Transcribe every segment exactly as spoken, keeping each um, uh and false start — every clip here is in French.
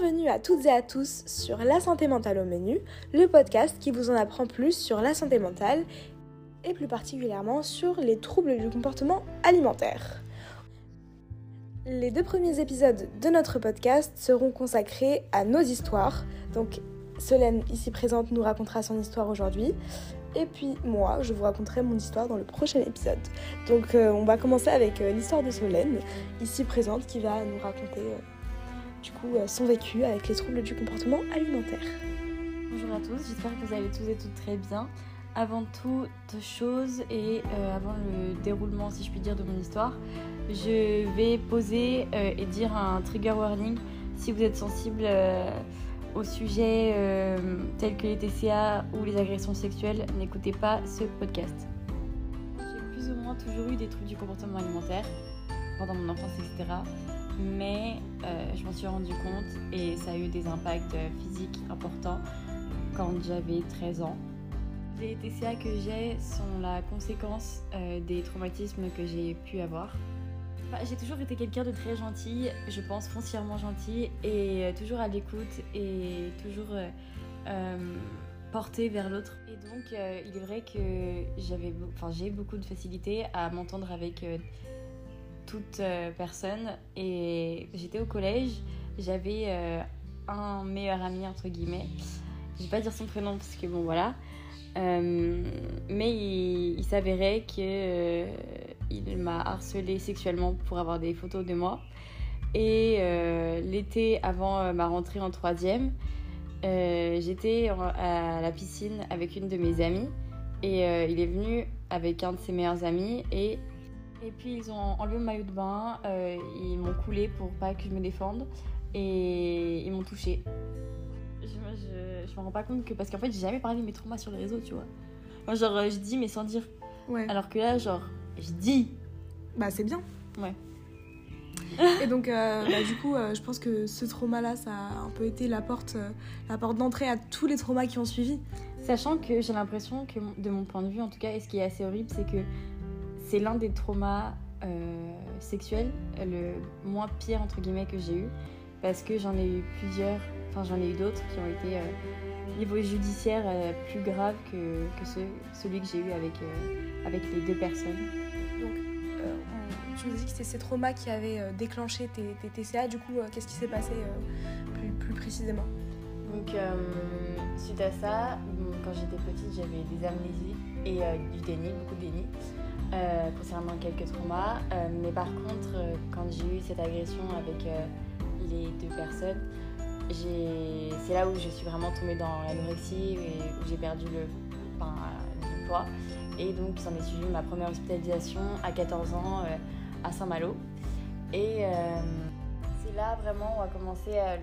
Bienvenue à toutes et à tous sur La Santé Mentale au Menu, le podcast qui vous en apprend plus sur la santé mentale et plus particulièrement sur les troubles du comportement alimentaire. Les deux premiers épisodes de notre podcast seront consacrés à nos histoires. Donc Solène, ici présente, nous racontera son histoire aujourd'hui. Et puis moi, je vous raconterai mon histoire dans le prochain épisode. Donc euh, on va commencer avec euh, l'histoire de Solène, ici présente, qui va nous raconter euh, du coup euh, son vécu avec les troubles du comportement alimentaire. Bonjour à tous, j'espère que vous allez tous et toutes très bien. Avant toute chose et euh, avant le déroulement, si je puis dire, de mon histoire, je vais poser euh, et dire un trigger warning si vous êtes sensible euh, au sujet euh, tels que les T C A ou les agressions sexuelles. N'écoutez pas ce podcast. J'ai plus ou moins toujours eu des troubles du comportement alimentaire pendant mon enfance, et cetera. Mais euh, je m'en suis rendu compte et ça a eu des impacts physiques importants quand j'avais treize ans. Les T C A que j'ai sont la conséquence euh, des traumatismes que j'ai pu avoir. Enfin, j'ai toujours été quelqu'un de très gentil, je pense foncièrement gentil et euh, toujours à l'écoute et toujours euh, euh, portée vers l'autre. Et donc euh, il est vrai que j'avais, enfin, j'ai beaucoup de facilité à m'entendre avec euh, toute euh, personne. Et j'étais au collège, j'avais euh, un meilleur ami entre guillemets. Je vais pas dire son prénom parce que bon voilà. Euh, mais il, il s'avérait qu'il euh, m'a harcelée sexuellement pour avoir des photos de moi. Et euh, l'été avant euh, ma rentrée en troisième, euh, j'étais en, à la piscine avec une de mes amies. Et euh, il est venu avec un de ses meilleurs amis. Et, et puis ils ont enlevé mon maillot de bain, euh, ils m'ont coulé pour pas que je me défende. Et ils m'ont touchée. Je, je, je me rends pas compte que... Parce qu'en fait, j'ai jamais parlé de mes traumas sur les réseaux, tu vois. Moi, genre, je dis, mais sans dire. Ouais. Alors que là, genre, je dis. Bah, c'est bien. Ouais. Et donc, euh, bah, du coup, euh, je pense que ce trauma-là, ça a un peu été la porte, euh, la porte d'entrée à tous les traumas qui ont suivi. Sachant que j'ai l'impression que, de mon point de vue, en tout cas, et ce qui est assez horrible, c'est que c'est l'un des traumas euh, sexuels, le moins pire, entre guillemets, que j'ai eu. Parce que j'en ai eu plusieurs... Enfin, j'en ai eu d'autres qui ont été, euh, niveau judiciaire, euh, plus graves que, que ceux, celui que j'ai eu avec, euh, avec les deux personnes. Donc, euh, on, tu nous dis que c'était ces traumas qui avaient euh, déclenché tes, tes T C A. Du coup, euh, qu'est-ce qui s'est passé euh, plus, plus précisément ? Donc, euh, suite à ça, bon, quand j'étais petite, j'avais des amnésies et euh, du déni, beaucoup de déni, euh, concernant quelques traumas. Euh, mais par contre, euh, quand j'ai eu cette agression avec euh, les deux personnes, J'ai... c'est là où je suis vraiment tombée dans l'anorexie et où j'ai perdu le... enfin, du poids. Et donc, s'en est suivi ma première hospitalisation à quatorze ans euh, à Saint-Malo. Et euh, c'est là vraiment où a commencé euh,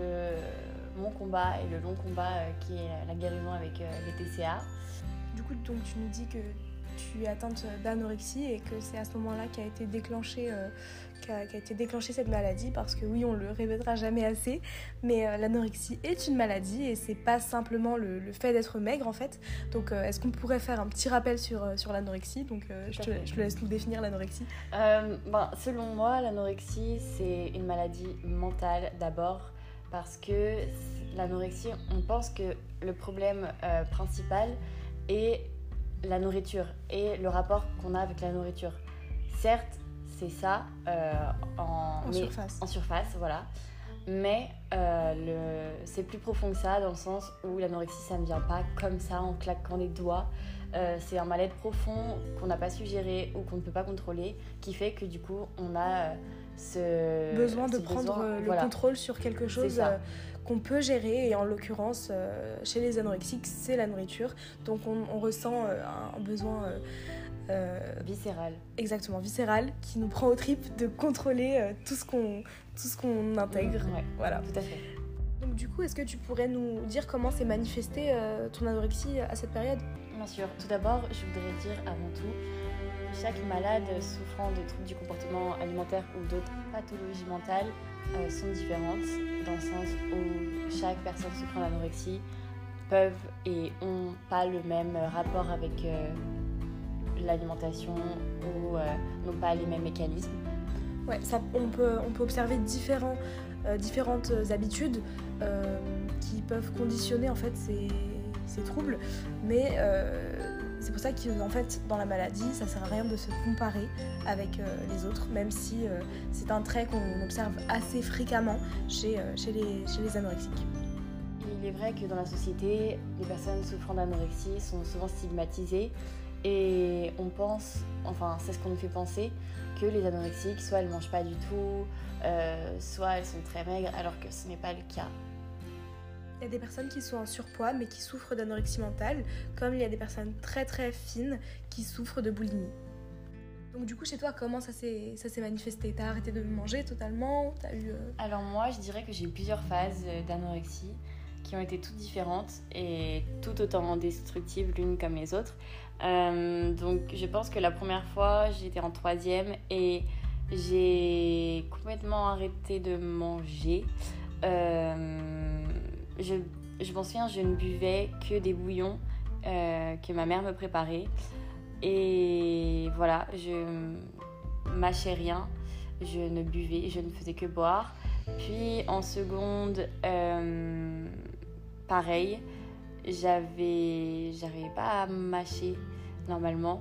le... mon combat et le long combat euh, qui est la guérison avec euh, les T C A. Du coup, donc, tu nous dis que tu es atteinte d'anorexie et que c'est à ce moment-là qu'a été déclenchée, euh, qu'a, qu'a été déclenchée cette maladie, parce que oui, on le répétera jamais assez, mais euh, l'anorexie est une maladie et c'est pas simplement le, le fait d'être maigre en fait. Donc euh, est-ce qu'on pourrait faire un petit rappel sur, euh, sur l'anorexie ? Donc euh, je, te, je te laisse nous définir l'anorexie. Euh, ben, selon moi, l'anorexie c'est une maladie mentale d'abord, parce que l'anorexie, on pense que le problème euh, principal est la nourriture et le rapport qu'on a avec la nourriture. Certes, c'est ça euh, en, en mais, surface. En surface, voilà. Mais euh, le, c'est plus profond que ça, dans le sens où l'anorexie, ça ne vient pas comme ça en claquant des doigts. Euh, c'est un mal-être profond qu'on n'a pas su gérer ou qu'on ne peut pas contrôler, qui fait que du coup, on a euh, ce besoin de ce prendre besoin, le voilà. contrôle sur quelque chose euh, qu'on peut gérer, et en l'occurrence euh, chez les anorexiques c'est la nourriture, donc on, on ressent euh, un besoin euh, euh, viscéral, exactement viscéral, qui nous prend aux tripes de contrôler euh, tout ce qu'on tout ce qu'on intègre. Mmh, ouais, voilà, tout à fait. Donc du coup, est-ce que tu pourrais nous dire comment s'est manifestée euh, ton anorexie à cette période ? Bien sûr. Tout d'abord, je voudrais dire avant tout, chaque malade souffrant de troubles du comportement alimentaire ou d'autres pathologies mentales euh, sont différentes, dans le sens où chaque personne souffrant d'anorexie peuvent et ont pas le même rapport avec euh, l'alimentation ou euh, n'ont pas les mêmes mécanismes. Ouais, ça, on, peut, on peut observer différents, euh, différentes habitudes euh, qui peuvent conditionner en fait ces, ces troubles, mais euh, c'est pour ça qu'en fait dans la maladie ça sert à rien de se comparer avec euh, les autres, même si euh, c'est un trait qu'on observe assez fréquemment chez, euh, chez, les, chez les anorexiques. Il est vrai que dans la société, les personnes souffrant d'anorexie sont souvent stigmatisées et on pense, enfin c'est ce qu'on nous fait penser, que les anorexiques, soit elles ne mangent pas du tout, euh, soit elles sont très maigres, alors que ce n'est pas le cas. Il y a des personnes qui sont en surpoids mais qui souffrent d'anorexie mentale, comme il y a des personnes très très fines qui souffrent de boulimie. Donc du coup, chez toi, comment ça s'est, ça s'est manifesté? T'as arrêté de manger totalement? T'as eu, euh... Alors moi, je dirais que j'ai eu plusieurs phases d'anorexie qui ont été toutes différentes et tout autant destructives l'une comme les autres. Euh, donc je pense que la première fois, j'étais en troisième et j'ai complètement arrêté de manger. Euh, je, je m'en souviens, je ne buvais que des bouillons euh, que ma mère me préparait. Et voilà, je mâchais rien, je ne buvais, je ne faisais que boire. Puis en seconde, euh, pareil, j'avais, j'arrivais pas à mâcher normalement.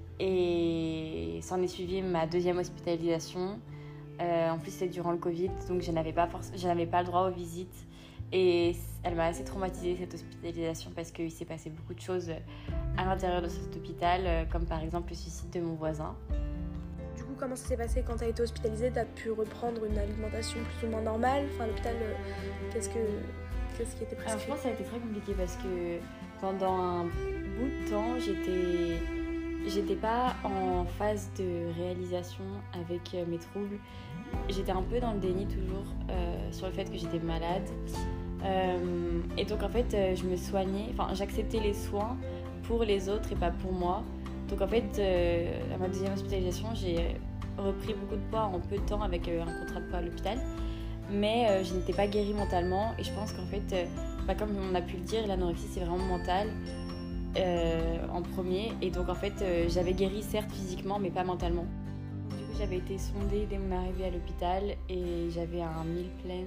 Et s'en est suivi ma deuxième hospitalisation. Euh, en plus, c'était durant le Covid, donc je n'avais pas, forc- je n'avais pas le droit aux visites. Et elle m'a assez traumatisée, cette hospitalisation, parce qu'il s'est passé beaucoup de choses à l'intérieur de cet hôpital, comme par exemple le suicide de mon voisin. Du coup, comment ça s'est passé quand tu as été hospitalisée? Tu as pu reprendre une alimentation plus ou moins normale? Enfin, à l'hôpital, euh, qu'est-ce, que, qu'est-ce qui était prescrit? Alors, je pense que ça a été très compliqué parce que pendant un bout de temps, j'étais, j'étais pas en phase de réalisation avec mes troubles. J'étais un peu dans le déni toujours euh, sur le fait que j'étais malade. Euh, et donc, en fait, euh, je me soignais, enfin, j'acceptais les soins pour les autres et pas pour moi. Donc, en fait, euh, à ma deuxième hospitalisation, j'ai repris beaucoup de poids en peu de temps avec euh, un contrat de poids à l'hôpital. Mais euh, je n'étais pas guérie mentalement. Et je pense qu'en fait, euh, bah, comme on a pu le dire, l'anorexie, c'est vraiment mental euh, en premier. Et donc, en fait, euh, j'avais guéri certes physiquement, mais pas mentalement. J'avais été sondée dès mon arrivée à l'hôpital et j'avais un meal plan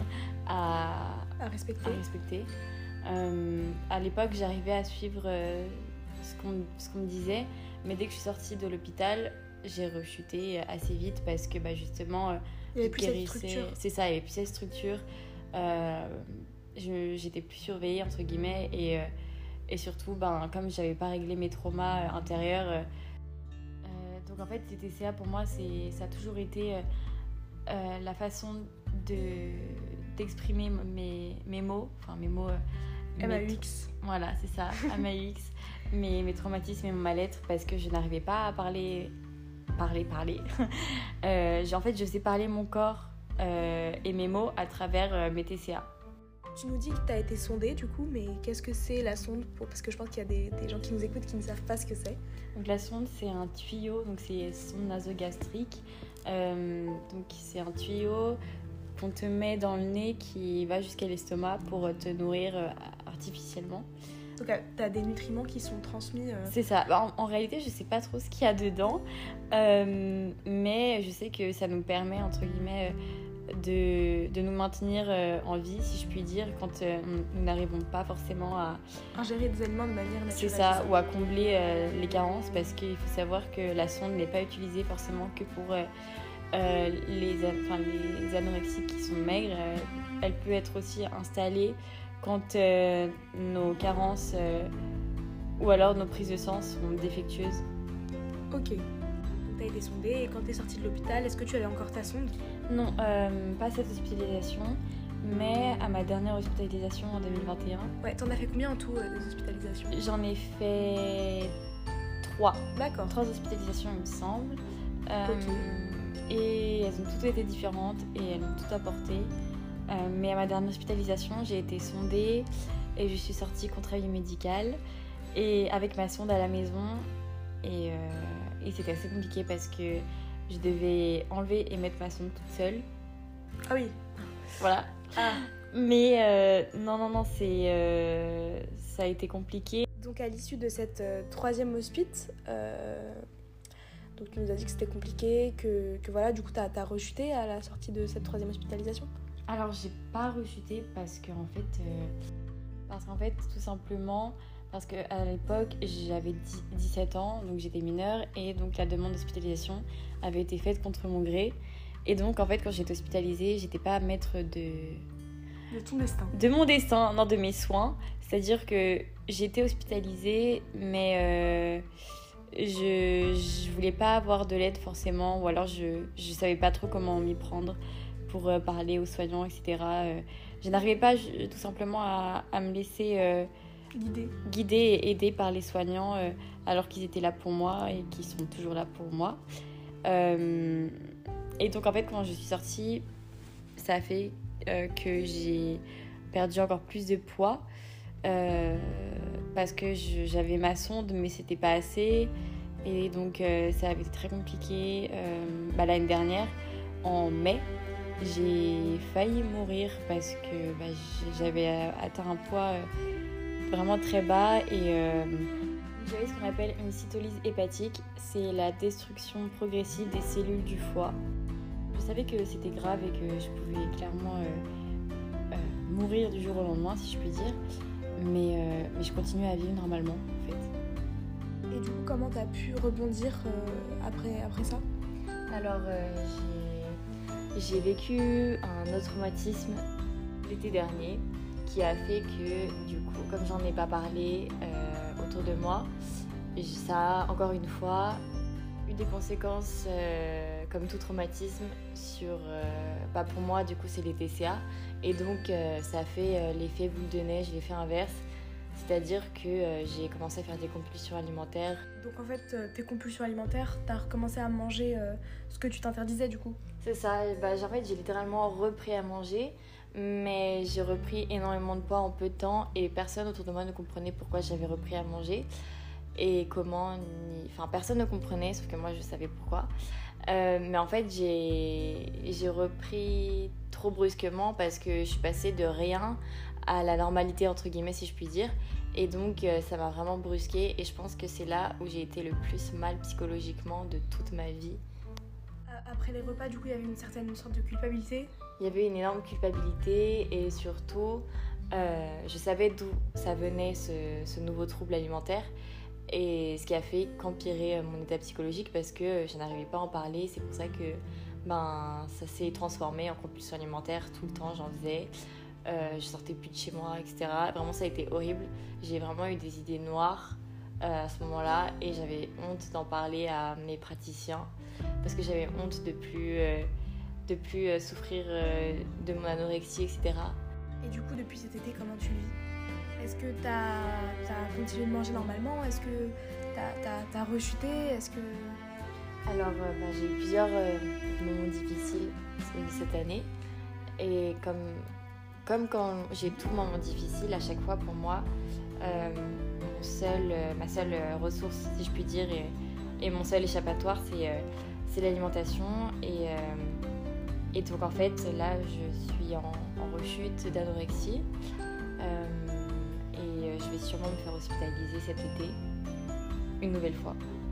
à, à respecter. À respecter. Euh, à l'époque, j'arrivais à suivre euh, ce, qu'on, ce qu'on me disait, mais dès que je suis sortie de l'hôpital, j'ai rechuté assez vite parce que bah, justement, euh, il n'y avait plus cette structure. C'est ça, il n'y avait plus cette structure. Euh, je, j'étais plus surveillée, entre guillemets, et, euh, et surtout, ben, comme je n'avais pas réglé mes traumas intérieurs, euh, donc en fait, les T C A pour moi, c'est, ça a toujours été euh, euh, la façon de, d'exprimer mes, mes mots, enfin mes mots... Euh, M A U X. Mes, voilà, c'est ça, M A U X, mes, mes traumatismes et mon mal-être parce que je n'arrivais pas à parler, parler, parler. euh, j'ai, en fait, je sais parler mon corps euh, et mes mots à travers euh, mes T C A. Tu nous dis que tu as été sondée du coup, mais qu'est-ce que c'est la sonde pour... Parce que je pense qu'il y a des, des gens qui nous écoutent qui ne savent pas ce que c'est. Donc la sonde, c'est un tuyau, donc c'est sonde nasogastrique. Euh, donc c'est un tuyau qu'on te met dans le nez qui va jusqu'à l'estomac pour te nourrir euh, artificiellement. Donc tu as des nutriments qui sont transmis... Euh... C'est ça. En, en réalité, je ne sais pas trop ce qu'il y a dedans, euh, mais je sais que ça nous permet, entre guillemets... Euh, De, de nous maintenir euh, en vie, si je puis dire, quand euh, nous n'arrivons pas forcément à ingérer des aliments de manière naturelle. C'est ça, ou à combler euh, les carences, parce qu'il faut savoir que la sonde n'est pas utilisée forcément que pour euh, euh, les, enfin, les anorexiques qui sont maigres. Euh, elle peut être aussi installée quand euh, nos carences euh, ou alors nos prises de sang sont défectueuses. Ok. Tu as été sondée et quand tu es sortie de l'hôpital, est-ce que tu avais encore ta sonde? Non, euh, pas cette hospitalisation, mais à ma dernière hospitalisation en deux mille vingt et un. Ouais, t'en as fait combien en tout euh, des hospitalisations? J'en ai fait trois. D'accord. Trois hospitalisations, il me semble. Euh, ok. Et elles ont toutes été différentes et elles ont tout apporté. Euh, mais à ma dernière hospitalisation, j'ai été sondée et je suis sortie contre avis médical et avec ma sonde à la maison. Et, euh, et c'était assez compliqué parce que je devais enlever et mettre ma sonde toute seule. Ah oui. Voilà. Ah. Mais euh, non, non, non, c'est, euh, ça a été compliqué. Donc à l'issue de cette euh, troisième hospice, euh, Donc tu nous as dit que c'était compliqué, que, que voilà, du coup t'as, t'as rechuté à la sortie de cette troisième hospitalisation. Alors j'ai pas rechuté parce que en fait, euh, parce qu'en fait tout simplement parce que à l'époque j'avais dix-sept ans, donc j'étais mineure et donc la demande d'hospitalisation avait été faite contre mon gré. Et donc en fait quand j'étais hospitalisée, j'étais pas maître de de ton destin, de mon destin, non de mes soins. C'est-à-dire que j'étais hospitalisée, mais euh, je je voulais pas avoir de l'aide forcément, ou alors je je savais pas trop comment m'y prendre pour euh, parler aux soignants, et cetera. Euh, je n'arrivais pas je, tout simplement à, à me laisser euh, guider. guider et aider par les soignants euh, alors qu'ils étaient là pour moi et qu'ils sont toujours là pour moi. Euh, et donc en fait quand je suis sortie, ça a fait euh, que j'ai perdu encore plus de poids euh, parce que je, j'avais ma sonde mais c'était pas assez et donc euh, ça avait été très compliqué. Euh, bah, l'année dernière en mai j'ai failli mourir parce que bah, j'avais atteint un poids euh, vraiment très bas et euh, j'avais ce qu'on appelle une cytolyse hépatique. C'est la destruction progressive des cellules du foie. Je savais que c'était grave et que je pouvais clairement euh, euh, mourir du jour au lendemain, si je puis dire. Mais, euh, mais je continuais à vivre normalement, en fait. Et du coup, comment t'as pu rebondir euh, après, après ça ? Alors, euh, j'ai, j'ai vécu un autre traumatisme l'été dernier qui a fait que, du coup, comme j'en ai pas parlé euh, autour de moi, ça a, encore une fois, eu des conséquences, euh, comme tout traumatisme, sur... Euh, bah pour moi, du coup, c'est les T C A. Et donc, euh, ça a fait euh, l'effet boule de neige, l'effet inverse. C'est-à-dire que euh, j'ai commencé à faire des compulsions alimentaires. Donc, en fait, euh, tes compulsions alimentaires, t'as recommencé à manger euh, ce que tu t'interdisais, du coup ? C'est ça. Bah, en fait, j'ai littéralement repris à manger. Mais j'ai repris énormément de poids en peu de temps. Et personne autour de moi ne comprenait pourquoi j'avais repris à manger. Et comment... Ni... Enfin, personne ne comprenait, sauf que moi, je savais pourquoi. Euh, mais en fait, j'ai, j'ai repris trop brusquement parce que je suis passée de rien à la normalité, entre guillemets, si je puis dire. Et donc, euh, ça m'a vraiment brusquée. Et je pense que c'est là où j'ai été le plus mal psychologiquement de toute ma vie. Après les repas, du coup, il y avait une certaine sorte de culpabilité ? Il y avait une énorme culpabilité et surtout, euh, je savais d'où ça venait, ce, ce nouveau trouble alimentaire. Et ce qui a fait qu'empirer mon état psychologique parce que je n'arrivais pas à en parler. C'est pour ça que ben, ça s'est transformé en compulsion alimentaire tout le temps, j'en faisais. Euh, je sortais plus de chez moi, et cetera. Vraiment, ça a été horrible. J'ai vraiment eu des idées noires euh, à ce moment-là et j'avais honte d'en parler à mes praticiens parce que j'avais honte de plus, euh, de plus euh, souffrir euh, de mon anorexie, et cetera. Et du coup, depuis cet été, comment tu le vis ? Est-ce que t'as, t'as continué de manger normalement ? Est-ce que t'as, t'as, t'as rechuté ? Est-ce que... Alors, euh, bah, j'ai eu plusieurs euh, moments difficiles cette année. Et comme, comme quand j'ai tout moment difficile, à chaque fois pour moi, euh, mon seul, euh, ma seule ressource, si je puis dire, et, et mon seul échappatoire, c'est, euh, c'est l'alimentation. Et, euh, et donc, en fait, là, je suis en, en rechute d'anorexie. Euh, et je vais sûrement me faire hospitaliser cet été, une nouvelle fois.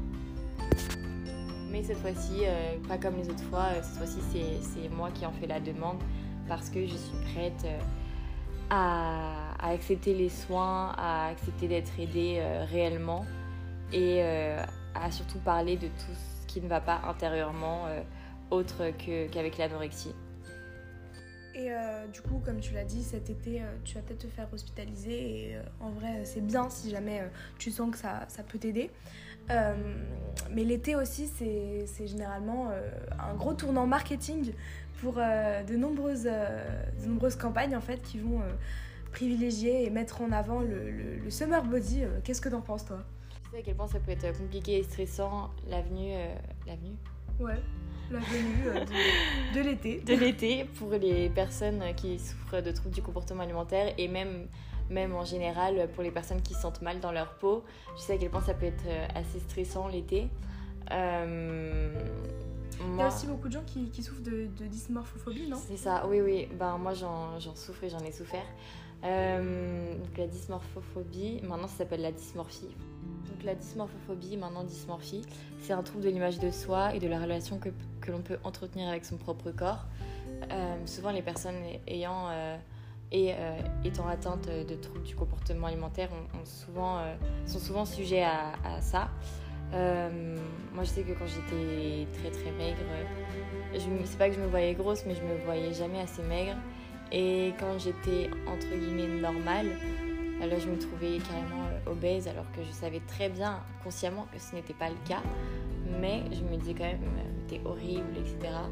Mais cette fois-ci, euh, pas comme les autres fois, euh, cette fois-ci c'est, c'est moi qui en fais la demande parce que je suis prête euh, à, à accepter les soins, à accepter d'être aidée euh, réellement et euh, à surtout parler de tout ce qui ne va pas intérieurement euh, autre que, qu'avec l'anorexie. Et euh, du coup, comme tu l'as dit, cet été, euh, tu vas peut-être te faire hospitaliser. Et euh, en vrai, c'est bien si jamais euh, tu sens que ça, ça peut t'aider. Euh, mais l'été aussi, c'est, c'est généralement euh, un gros tournant marketing pour euh, de, nombreuses, euh, de nombreuses campagnes en fait, qui vont euh, privilégier et mettre en avant le, le, le summer body. Euh, qu'est-ce que t'en penses, toi ? Tu sais à quel point ça peut être compliqué et stressant, l'avenue... Euh, l'avenue ? Ouais. La venue euh, de, de l'été. De l'été pour les personnes qui souffrent de troubles du comportement alimentaire et même, même en général pour les personnes qui se sentent mal dans leur peau. Je sais à quel point ça peut être assez stressant l'été. Euh, moi... Il y a aussi beaucoup de gens qui, qui souffrent de, de dysmorphophobie, non ? C'est ça, oui, oui. Ben, moi, j'en, j'en souffre et j'en ai souffert. Euh, donc la dysmorphophobie, maintenant ça s'appelle la dysmorphie. Donc la dysmorphophobie, maintenant dysmorphie, c'est un trouble de l'image de soi et de la relation que, que l'on peut entretenir avec son propre corps. Euh, souvent les personnes ayant euh, et euh, étant atteintes de troubles du comportement alimentaire ont, ont souvent, euh, sont souvent sujets à, à ça. Euh, moi je sais que quand j'étais très très maigre, je, c'est pas que je me voyais grosse, mais je me voyais jamais assez maigre. Et quand j'étais entre guillemets normale, là je me trouvais carrément obèse, alors que je savais très bien consciemment que ce n'était pas le cas, mais je me disais quand même t'es horrible, et cetera.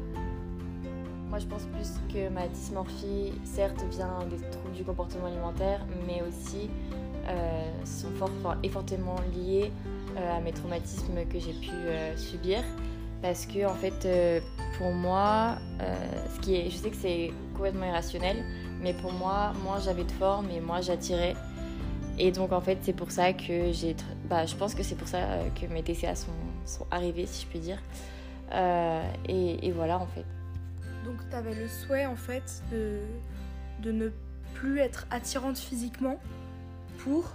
Moi je pense plus que ma dysmorphie certes vient des troubles du comportement alimentaire, mais aussi euh, sont fort, fort, et fortement liés euh, à mes traumatismes que j'ai pu euh, subir, parce que en fait euh, pour moi euh, ce qui est, je sais que c'est complètement irrationnel, mais pour moi moins j'avais de forme et moins j'attirais. Et donc en fait c'est pour ça que j'ai, bah, je pense que c'est pour ça que mes T C A sont, sont arrivés, si je puis dire. Euh, et, et voilà en fait. Donc tu avais le souhait en fait de, de ne plus être attirante physiquement pour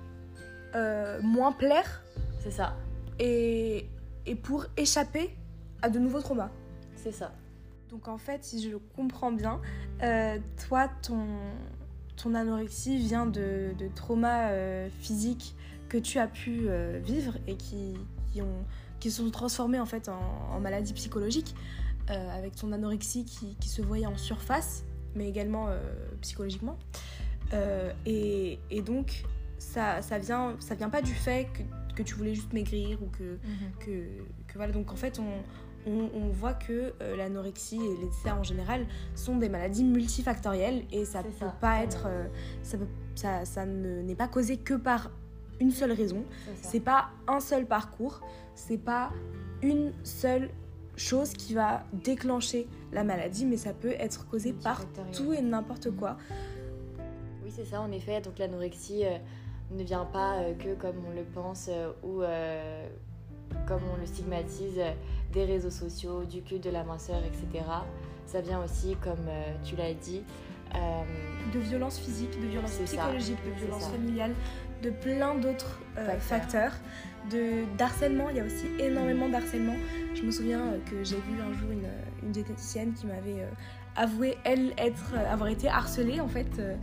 euh, moins plaire. C'est ça. Et, et pour échapper à de nouveaux traumas. C'est ça. Donc en fait, si je comprends bien, euh, toi ton... ton anorexie vient de, de traumas euh, physiques que tu as pu euh, vivre et qui, qui, ont, qui se sont transformés en fait en, en maladie psychologique, euh, avec ton anorexie qui, qui se voyait en surface, mais également euh, psychologiquement. Euh, et, et donc, ça, ça, vient, ça vient pas du fait que, que tu voulais juste maigrir ou que, mm-hmm. que, que voilà. Donc en fait, on... On, on voit que euh, l'anorexie et les T C A en général sont des maladies multifactorielles et ça c'est peut ça. pas être, euh, ça, peut, ça, ça ne, n'est pas causé que par une seule raison. C'est, c'est pas un seul parcours, c'est pas une seule chose qui va déclencher la maladie, mais ça peut être causé par tout et n'importe quoi. Oui, c'est ça en effet. Donc l'anorexie euh, ne vient pas euh, que comme on le pense euh, ou euh, comme on le stigmatise, des réseaux sociaux, du culte de la minceur, et cetera. Ça vient aussi, comme euh, tu l'as dit, euh... de violences physiques, de violences psychologiques, ça. de violences familiales, de plein d'autres euh, facteurs, de d'harcèlement. Il y a aussi énormément d'harcèlement. Je me souviens que j'ai vu un jour une, une diététicienne qui m'avait euh, avoué, elle, être, avoir été harcelée, en fait. Euh,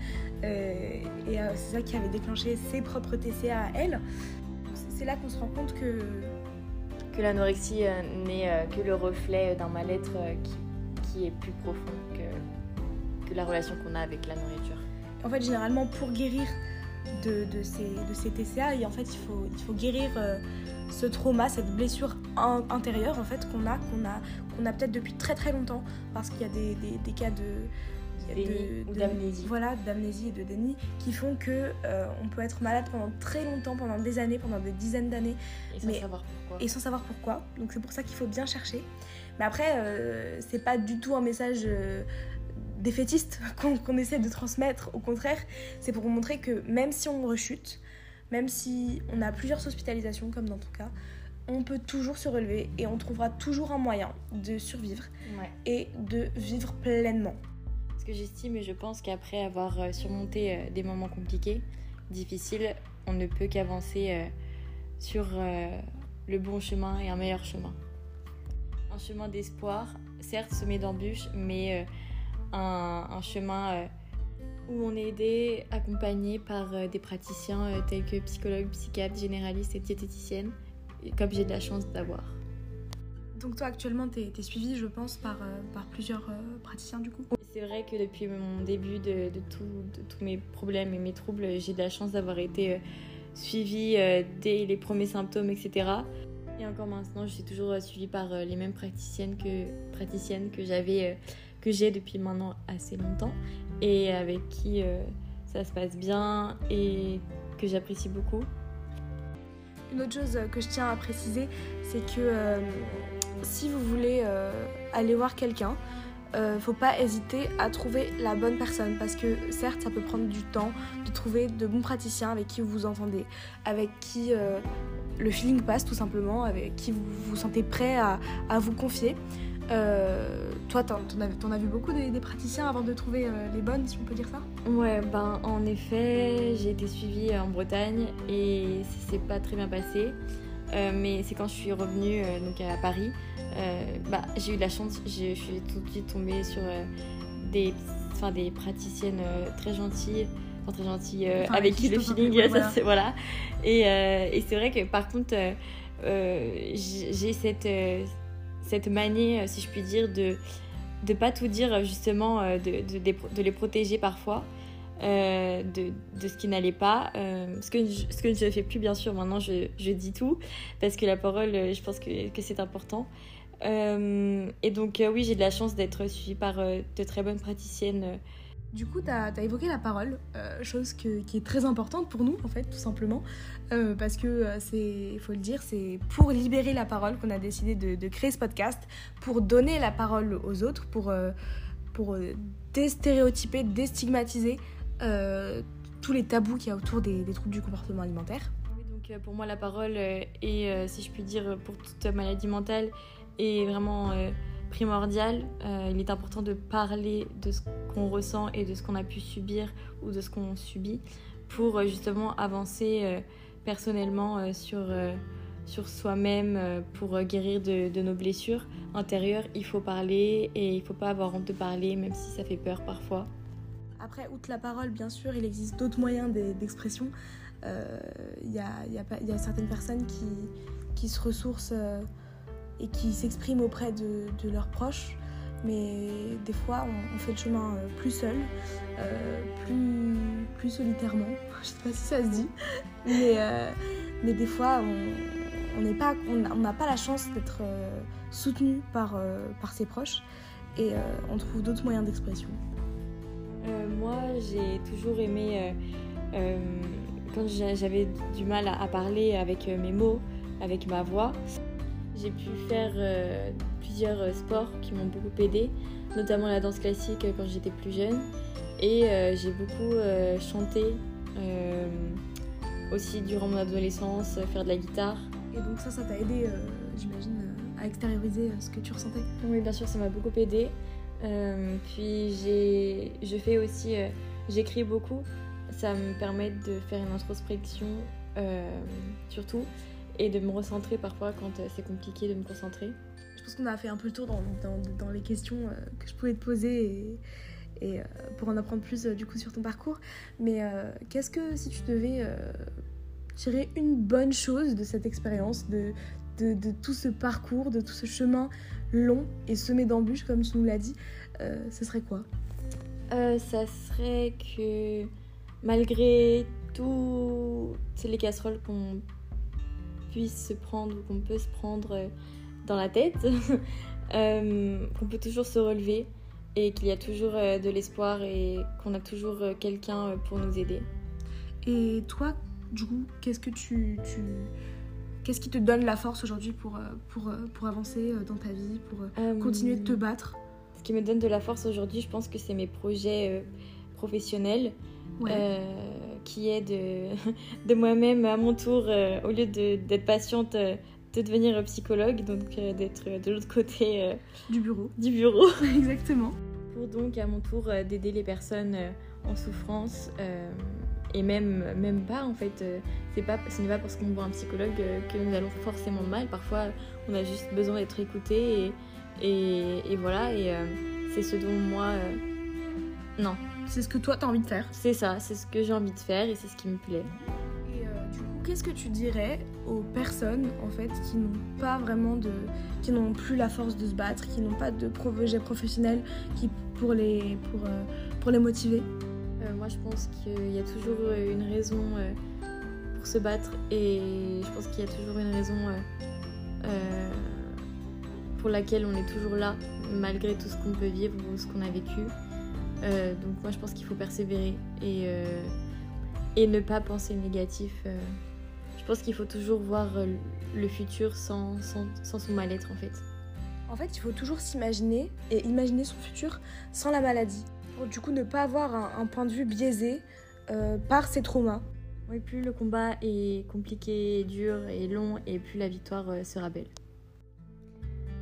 et euh, c'est ça qui avait déclenché ses propres T C A à elle. Donc, c'est là qu'on se rend compte que... que l'anorexie euh, n'est euh, que le reflet d'un mal-être euh, qui, qui est plus profond que, que la relation qu'on a avec la nourriture. En fait, généralement, pour guérir de, de, ces, de ces T C A, et en fait, il faut, il faut guérir euh, ce trauma, cette blessure in- intérieure en fait, qu'on a, qu'on a, qu'on a peut-être depuis très très longtemps, parce qu'il y a des, des, des cas de... Déni de, ou d'amnésie. Voilà, d'amnésie et de déni qui font que euh, on peut être malade pendant très longtemps, pendant des années, pendant des dizaines d'années. Et sans mais, savoir pourquoi. Et sans savoir pourquoi. Donc c'est pour ça qu'il faut bien chercher. Mais après, euh, c'est pas du tout un message euh, défaitiste qu'on, qu'on essaie de transmettre. Au contraire, c'est pour montrer que même si on rechute, même si on a plusieurs hospitalisations, comme dans ton cas, on peut toujours se relever et on trouvera toujours un moyen de survivre ouais. et de vivre pleinement. Ce que j'estime, et je pense qu'après avoir surmonté euh, des moments compliqués, difficiles, on ne peut qu'avancer euh, sur euh, le bon chemin et un meilleur chemin. Un chemin d'espoir, certes semé d'embûches, mais euh, un, un chemin euh, où on est aidé, accompagné par euh, des praticiens euh, tels que psychologues, psychiatres, généralistes et diététiciennes, comme j'ai de la chance d'avoir. Donc toi actuellement t'es, t'es suivie je pense par, euh, par plusieurs euh, praticiens du coup. C'est vrai que depuis mon début de, de, tout, de tous mes problèmes et mes troubles, j'ai de la chance d'avoir été euh, suivie euh, dès les premiers symptômes, et cetera. Et encore maintenant, je suis toujours euh, suivie par euh, les mêmes praticiennes que, praticiennes que, j'avais, euh, que j'ai depuis maintenant assez longtemps et avec qui euh, ça se passe bien et que j'apprécie beaucoup. Une autre chose que je tiens à préciser, c'est que euh, si vous voulez euh, aller voir quelqu'un, euh, faut pas hésiter à trouver la bonne personne, parce que certes ça peut prendre du temps de trouver de bons praticiens avec qui vous vous entendez, avec qui euh, le feeling passe tout simplement, avec qui vous vous sentez prêt à, à vous confier. Euh, toi, t'en, t'en, as, t'en as vu beaucoup des, des praticiens avant de trouver euh, les bonnes, si on peut dire ça ? Ouais, ben en effet, j'ai été suivie en Bretagne et ça s'est pas très bien passé. Euh, mais c'est quand je suis revenue euh, donc à Paris, euh, bah, j'ai eu de la chance, je suis tout de suite tombée sur euh, des, enfin, des praticiennes euh, très gentilles, enfin, très gentilles euh, enfin, avec qui le feeling, ouais, ça, voilà. C'est, voilà. Et, euh, et c'est vrai que par contre, euh, euh, j'ai cette, euh, cette manie, si je puis dire, de ne pas tout dire justement, de, de, de, de les protéger parfois. Euh, de, de ce qui n'allait pas, euh, ce, que je, ce que je ne fais plus bien sûr. Maintenant je, je dis tout parce que la parole, je pense que, que c'est important, euh, et donc euh, oui, j'ai de la chance d'être suivie par euh, de très bonnes praticiennes. Du coup, tu as évoqué la parole, euh, chose que, qui est très importante pour nous en fait, tout simplement, euh, parce que euh, c'est, il faut le dire, c'est pour libérer la parole qu'on a décidé de, de créer ce podcast, pour donner la parole aux autres, pour, euh, pour euh, déstéréotyper, déstigmatiser Euh, tous les tabous qu'il y a autour des, des troubles du comportement alimentaire. Oui, donc euh, pour moi la parole euh, est, euh, si je puis dire, pour toute maladie mentale, est vraiment euh, primordiale. Euh, il est important de parler de ce qu'on ressent et de ce qu'on a pu subir ou de ce qu'on subit pour euh, justement avancer euh, personnellement euh, sur, euh, sur soi-même, euh, pour euh, guérir de, de nos blessures intérieures. Il faut parler et il ne faut pas avoir honte de parler, même si ça fait peur parfois. Après, outre la parole, bien sûr, il existe d'autres moyens d'expression. Il euh, y, a, y, a, y a certaines personnes qui, qui se ressourcent euh, et qui s'expriment auprès de, de leurs proches, mais des fois, on, on fait le chemin euh, plus seul, euh, plus, plus solitairement. Je sais pas si ça se dit, mais, euh, mais des fois, on n'a pas, on, on pas la chance d'être euh, soutenu par, euh, par ses proches, et euh, on trouve d'autres moyens d'expression. Euh, moi, j'ai toujours aimé, euh, euh, quand j'avais du mal à, à parler avec mes mots, avec ma voix, j'ai pu faire euh, plusieurs sports qui m'ont beaucoup aidée, notamment la danse classique quand j'étais plus jeune, et euh, j'ai beaucoup euh, chanté euh, aussi durant mon adolescence, faire de la guitare. Et donc ça, ça t'a aidé, euh, j'imagine, à extérioriser ce que tu ressentais ? Oui, bien sûr, ça m'a beaucoup aidée. Euh, puis j'ai, je fais aussi, euh, j'écris beaucoup, ça me permet de faire une introspection euh, surtout, et de me recentrer parfois quand euh, c'est compliqué de me concentrer. Je pense qu'on a fait un peu le tour dans, dans, dans les questions euh, que je pouvais te poser et, et euh, pour en apprendre plus euh, du coup sur ton parcours, mais euh, qu'est-ce que si tu devais euh, tirer une bonne chose de cette expérience, de, de, de tout ce parcours, de tout ce chemin long et semé d'embûches, comme tu nous l'as dit, euh, ce serait quoi ? euh, Ça serait que malgré toutes les casseroles qu'on puisse se prendre ou qu'on peut se prendre dans la tête, euh, qu'on peut toujours se relever et qu'il y a toujours euh, de l'espoir et qu'on a toujours euh, quelqu'un pour nous aider. Et toi, du coup, qu'est-ce que tu... tu... Qu'est-ce qui te donne la force aujourd'hui pour, pour, pour avancer dans ta vie, pour euh, continuer de te battre ? Ce qui me donne de la force aujourd'hui, je pense que c'est mes projets euh, professionnels, ouais. euh, qui est de, de moi-même, à mon tour, euh, au lieu de, d'être patiente, euh, de devenir psychologue, donc euh, d'être de l'autre côté euh, du bureau. Du bureau. Exactement. Pour donc, à mon tour, euh, d'aider les personnes euh, en souffrance. Euh, Et même, même pas, en fait, euh, c'est pas, ce n'est pas parce qu'on voit un psychologue euh, que nous allons forcément mal. Parfois, on a juste besoin d'être écouté et, et, et voilà. Et euh, c'est ce dont moi... Euh, non. C'est ce que toi, t'as envie de faire. C'est ça, c'est ce que j'ai envie de faire et c'est ce qui me plaît. Et euh, du coup, qu'est-ce que tu dirais aux personnes, en fait, qui n'ont pas vraiment de... qui n'ont plus la force de se battre, qui n'ont pas de projet professionnel qui, pour, les, pour, euh, pour les motiver ? Euh, moi, je pense qu'il y a toujours une raison euh, pour se battre et je pense qu'il y a toujours une raison euh, euh, pour laquelle on est toujours là, malgré tout ce qu'on peut vivre ou ce qu'on a vécu. Euh, donc moi, je pense qu'il faut persévérer et, euh, et ne pas penser négatif. Euh. Je pense qu'il faut toujours voir le futur sans, sans, sans son mal-être, en fait. En fait, il faut toujours s'imaginer et imaginer son futur sans la maladie. Pour du coup ne pas avoir un, un point de vue biaisé euh, par ses traumas. Oui, plus le combat est compliqué, dur et long, et plus la victoire euh, sera belle.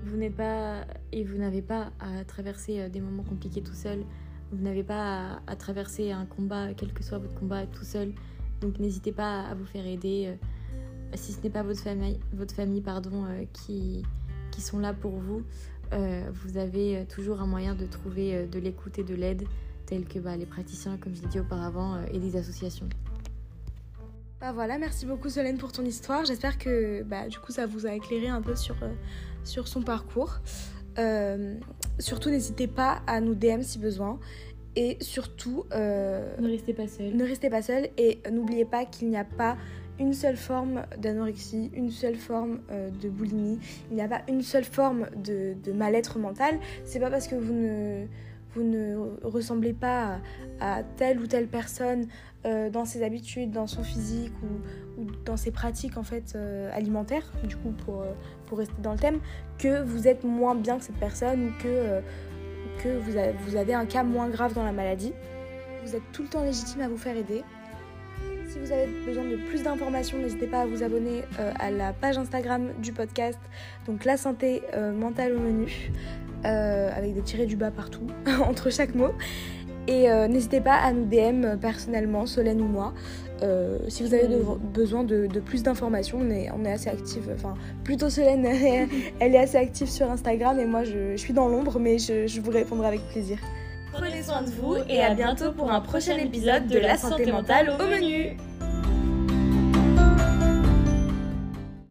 vous n'êtes pas et vous n'avez pas à traverser des moments compliqués tout seul. Vous n'avez pas à, à traverser un combat, quel que soit votre combat, tout seul. Donc n'hésitez pas à vous faire aider. Euh, si ce n'est pas votre famille, votre famille pardon, euh, qui, qui sont là pour vous, euh, vous avez toujours un moyen de trouver euh, de l'écoute et de l'aide, tels que bah, les praticiens, comme je l'ai dit auparavant, euh, et des associations. Bah voilà, merci beaucoup Solène pour ton histoire. J'espère que bah, du coup ça vous a éclairé un peu sur, euh, sur son parcours. Euh, surtout n'hésitez pas à nous D M si besoin et surtout euh, ne restez pas seul ne restez pas seul et n'oubliez pas qu'il n'y a pas une seule forme d'anorexie, une seule forme euh, de boulimie, il n'y a pas une seule forme de, de mal-être mental. C'est pas parce que vous ne, vous ne ressemblez pas à, à telle ou telle personne euh, dans ses habitudes, dans son physique ou, ou dans ses pratiques en fait euh, alimentaires, du coup pour, euh, pour rester dans le thème, que vous êtes moins bien que cette personne ou que, euh, que vous, avez, vous avez un cas moins grave dans la maladie. Vous êtes tout le temps légitime à vous faire aider. Si vous avez besoin de plus d'informations, n'hésitez pas à vous abonner euh, à la page Instagram du podcast, donc la santé euh, mentale au menu, euh, avec des tirés du bas partout, entre chaque mot. Et euh, n'hésitez pas à nous D M personnellement, Solène ou moi, euh, si vous avez de, besoin de, de plus d'informations. On est, on est assez active, enfin plutôt Solène, elle est assez active sur Instagram et moi je, je suis dans l'ombre, mais je, je vous répondrai avec plaisir. Prenez soin de vous et à bientôt pour un prochain épisode de La Santé Mentale au Menu.